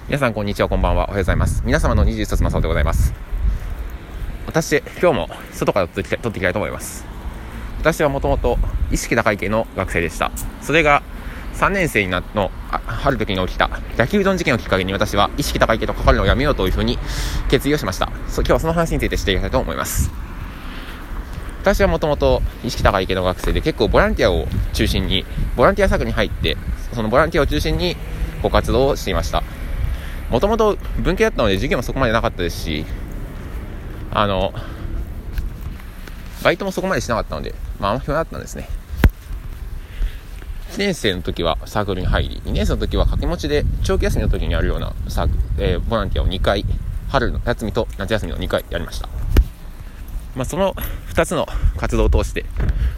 皆さんこんにちは、こんばんは、おはようございます。皆様の21つまさおでございます。私、今日も外から撮っていきたいと思います。私はもともと意識高い系の学生でした。それが3年生の春時に起きた焼きうどん事件をきっかけに、私は意識高い系と関わるのをやめようというふうに決意をしました。今日はその話についてしていきたいと思います。私はもともと意識高い系の学生で、結構ボランティアを中心にボランティアサークルに入って、そのボランティアを中心にご活動をしていました。もともと文系だったので授業もそこまでなかったですし、バイトもそこまでしなかったので、あんま暇だったんですね。1年生の時はサークルに入り、2年生の時は掛け持ちで長期休みの時にやるようなボランティアを2回、春の休みと夏休みの2回やりました。その2つの活動を通して、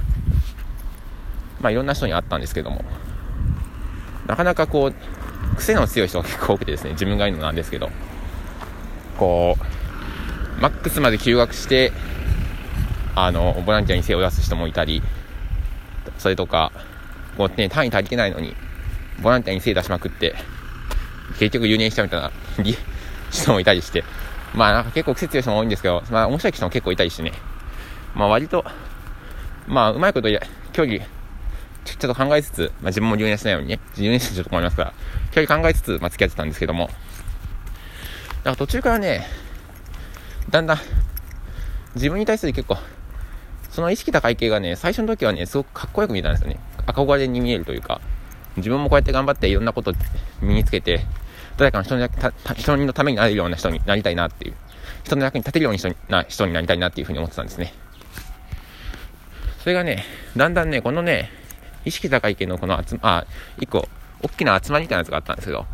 いろんな人に会ったんですけども、なかなか癖の強い人が結構多くてですね、自分がいるのなんですけど、マックスまで休学してボランティアに精を出す人もいたり、それとか単位足りてないのにボランティアに精出しまくって結局留年しちゃうみたいな人もいたりして、なんか結構癖強い人も多いんですけど、面白い人も結構いたりしてね、割とうまいこと距離ちょっと考えつつ、自分も留年しないようにね、留年してちょっと困りますから、距離考えつつ、付き合ってたんですけども、なんか途中からね、だんだん自分に対する結構その意識高い系がね、最初の時はね、すごくかっこよく見えたんですよね。憧れに見えるというか、自分もこうやって頑張っていろんなことを身につけて、誰かの人のためになるような人になりたいなっていう、人の役に立てるような人になりたいなっていうふうに思ってたんですね。それがね、だんだんね、このね、意識高い系の一個大きな集まりみたいなやつがあったんですけど、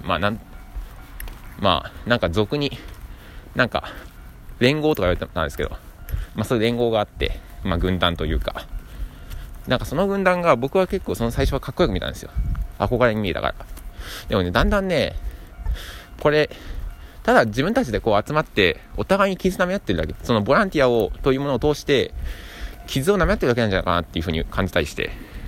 なんか俗になんか連合とか言われてたんですけど、そういう連合があって、軍団というか、なんかその軍団が僕は結構その最初はかっこよく見たんですよ。憧れに見えたから。でもね、だんだんね、これただ自分たちで集まってお互いに傷舐め合ってるだけ、そのボランティアというものを通して傷を舐め合ってるだけなんじゃないかなっていうふうに感じたりして、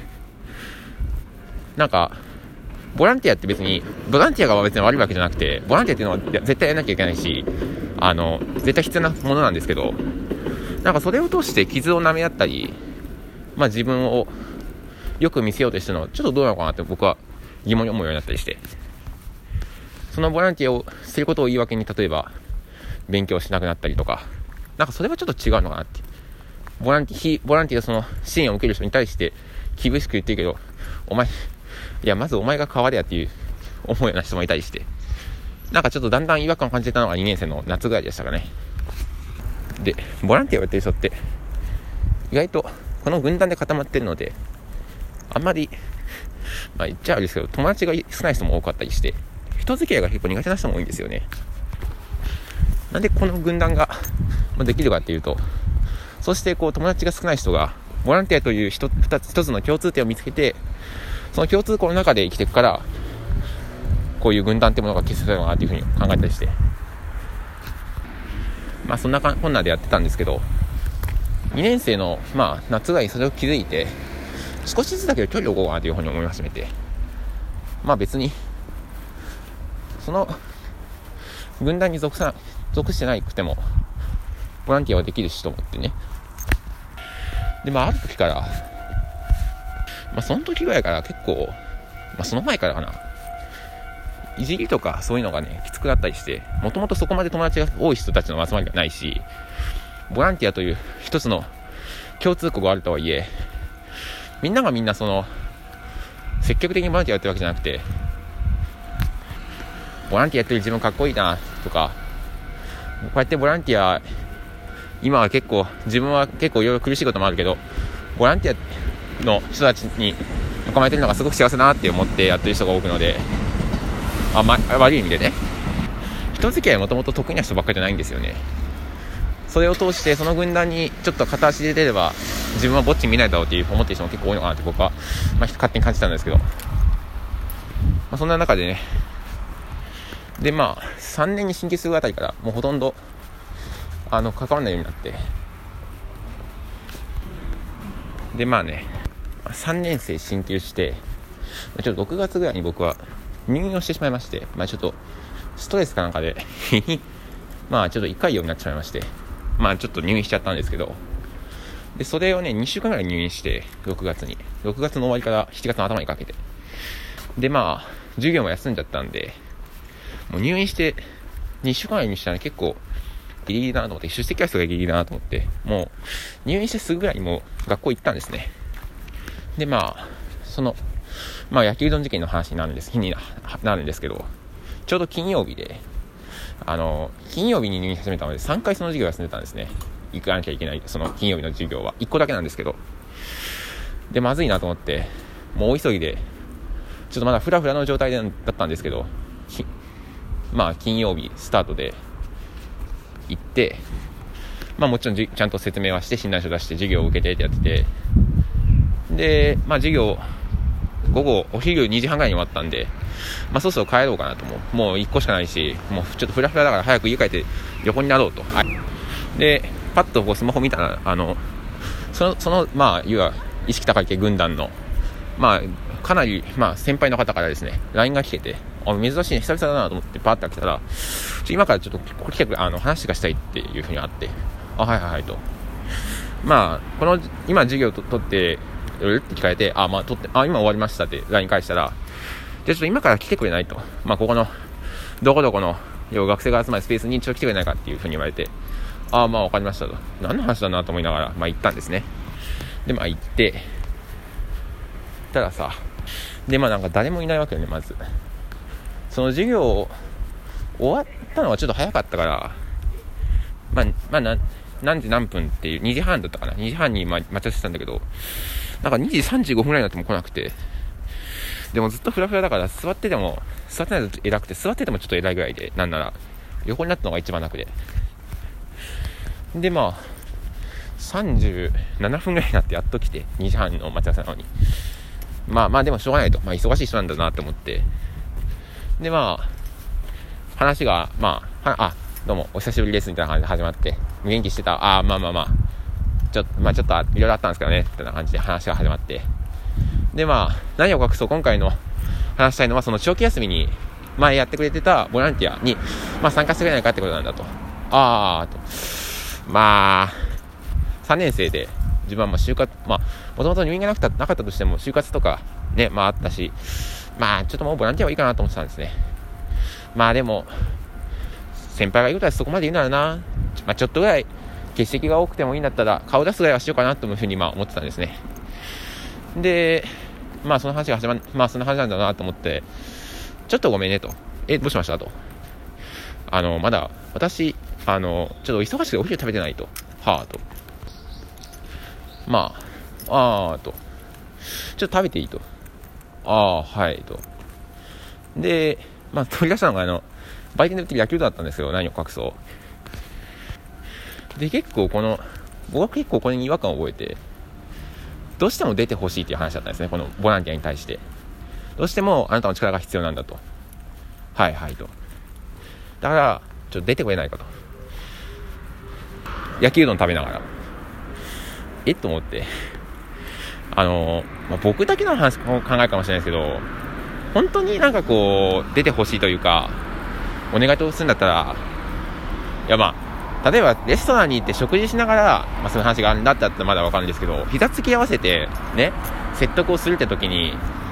なんかボランティアって別にボランティアが別に悪いわけじゃなくて、ボランティアっていうのは絶対やらなきゃいけないし、絶対必要なものなんですけど、なんかそれを通して傷を舐め合ったり、自分をよく見せようとしてるのはちょっとどうなのかなって僕は疑問に思うようになったりして、そのボランティアをすることを言い訳に、例えば勉強しなくなったりとか、なんかそれはちょっと違うのかなって、ボランティアその支援を受ける人に対して厳しく言ってるけど、まずお前が変われやっていう思うような人もいたりして、なんかちょっとだんだん違和感を感じたのが2年生の夏ぐらいでしたかね。で、ボランティアをやってる人って意外とこの軍団で固まってるので、あんまり言っちゃあれですけど、友達が少ない人も多かったりして、人付き合いが結構苦手な人も多いんですよね。なんでこの軍団ができるかっていうと、そして友達が少ない人がボランティアという一つの共通点を見つけて、その共通項の中で生きていくから、こういう軍団ってものが結成されるのかなっていうふうに考えたりして、そんなこんなでやってたんですけど、2年生の夏ぐらいにそれを気づいて、少しずつだけど距離を置こうかなというふうに思い始めて、別にその軍団に属してなくてもボランティアはできるしと思ってね。で、ある時から、その時ぐらいから結構、その前からかな、いじりとかそういうのがね、きつくなったりして、もともとそこまで友達が多い人たちの集まりがないし、ボランティアという一つの共通項があるとはいえ、みんながみんな積極的にボランティアやってるわけじゃなくて、ボランティアやってる自分かっこいいなとか、こうやってボランティア今は自分は結構いろいろ苦しいこともあるけど、ボランティアの人たちに囲まれてるのがすごく幸せだなって思ってやってる人が多くので、悪い意味でね、人付き合いはもともと得意な人ばっかりじゃないんですよね。それを通してその軍団にちょっと片足で出れば自分はぼっち見ないだろうって思ってる人も結構多いのかなって僕は、勝手に感じたんですけど、そんな中でね、で3年に進級するあたりからもうほとんど関わらないようになって、で3年生進級して、ちょっと6月ぐらいに僕は入院をしてしまいまして、ちょっとストレスかなんかでまあちょっと胃潰瘍になってしまいまして、まあちょっと入院しちゃったんですけど、でそれをね2週間ぐらい入院して、6月の終わりから7月の頭にかけて、でまあ授業も休んじゃったんで、もう入院して2週間ぐらい入院したら結構ギリギリだなと思って、出席回数がギリギリだなと思って、もう入院してすぐぐらいにもう学校行ったんですね。でまあまあ焼きうどん事件の日になるんですけど、ちょうど金曜日で、金曜日に入院し始めたので3回その授業休んでたんですね。行かなきゃいけないその金曜日の授業は1個だけなんですけど、でまずいなと思って、もう大急ぎでちょっとまだフラフラの状態だったんですけど、まあ金曜日スタートで行って、まあもちろんちゃんと説明はして診断書出して授業を受けてってやってて、でまあ授業お昼2時半ぐらいに終わったんで、まあそろそろ帰ろうかなと。もう1個しかないし、もうちょっとフラフラだから早く家帰って横になろうと、はい、でパッとこうスマホ見たらそのまあいわゆる意識高い系軍団のまあかなりまあ先輩の方からですね LINE が来てて、珍しいね久々だなと思ってパッと開けたら、今からちょっとここ来てくれ、話がしたいっていう風にあって、はいはいはいと、まあこの今授業取ってって聞かれて、まあ取って今終わりましたって LINE 返したら、じゃあちょっと今から来てくれないと、まあここのどこどこの学生が集まるスペースにちょっと来てくれないかっていう風に言われて、まあ分かりましたと、何の話だなと思いながらまあ行ったんですね。でまあ行ってたらさ、でまあなんか誰もいないわけよね。まずその授業終わったのはちょっと早かったから、まあ何時何分っていう2時半だったかな、2時半に待ち合わせたんだけど、なんか2時35分ぐらいになっても来なくて、でもずっとフラフラだから座ってないと偉くて、座っててもちょっと偉いぐらいで、なんなら横になったのが一番楽で、でまあ37分ぐらいになってやっと来て、2時半の待ち合わせなのに、まあでもしょうがないと、まあ忙しい人なんだなって思って、でまあ話がどうもお久しぶりですみたいな感じで始まって、元気してた、まあちょっといろいろあったんですけどねみたいな感じで話が始まって、でまあ何を隠そう今回の話したいのは、その長期休みに前やってくれてたボランティアに参加してくれないかってことなんだと。まあ3年生で自分は就活、もともと入院がなかったとしても就活とかねあったし、ちょっともうボランティアはいいかなと思ってたんですね。でも先輩が言うたらそこまで言うならな、ちょっとぐらい欠席が多くてもいいんだったら顔出すぐらいはしようかなというふうに思ってたんですね。でその話がそんな話なんだなと思って、ちょっとごめんねと、どうしましたと、まだ私ちょっと忙しくてお昼食べてないと、とと、ちょっと食べていいと、はいと、で取り出したのが売店で売ってる野球部だったんですよ、何を隠そう。で僕は結構これに違和感を覚えて、どうしても出てほしいっていう話だったんですね、このボランティアに対して。どうしてもあなたの力が必要なんだと、はいはいと、だからちょっと出てくれないかと、野球うどん食べながらと思って、僕だけの考えかもしれないですけど、本当に出てほしいというかお願いとするんだったら、例えばレストランに行って食事しながら、そういう話があるんだったらまだわかるんですけど、膝つき合わせてね説得をするって時に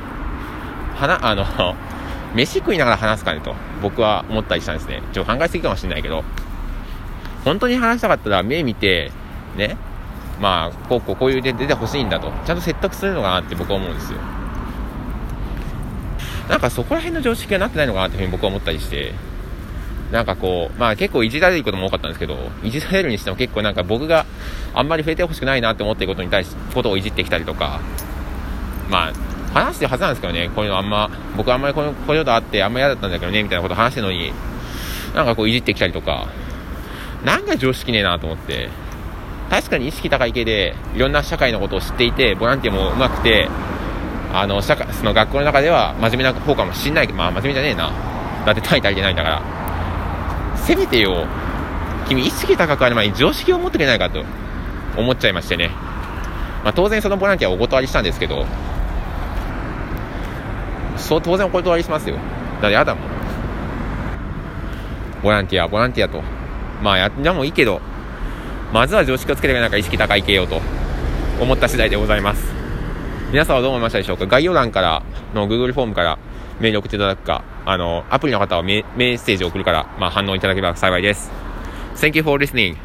飯食いながら話すかねと僕は思ったりしたんですね。ちょっと考えすぎかもしれないけど、本当に話したかったら目見てね、こういうで出てほしいんだとちゃんと説得するのかなって僕は思うんですよ。そこら辺の常識がなってないのかなっていうふうに僕は思ったりして、結構いじられることも多かったんですけど、いじられるにしても結構僕があんまり触れてほしくないなって思っていることに対してことをいじってきたりとか、話してるはずなんですけどね、こういうの僕あんまりこういうことあってあんまり嫌だったんだけどねみたいなことを話してるのに、いじってきたりとか、常識ねえなと思って。確かに意識高い系でいろんな社会のことを知っていて、ボランティアも上手くて、その学校の中では真面目な方かもしんないけど、真面目じゃねえな、だって単位足りてないんだから、せめてよ君意識高くある前に常識を持ってくれないかと思っちゃいましてね。当然そのボランティアをお断りしたんですけど、当然お断りしますよ。だってやだもん。 ボランティアと。まあやってもいいけど、まずは常識をつけてなんか意識高い系よと思った次第でございます。皆さんはどう思いましたでしょうか。概要欄からの Google フォームからメール送っていただくか、アプリの方はメッセージを送るから、反応いただければ幸いです。Thank you for listening.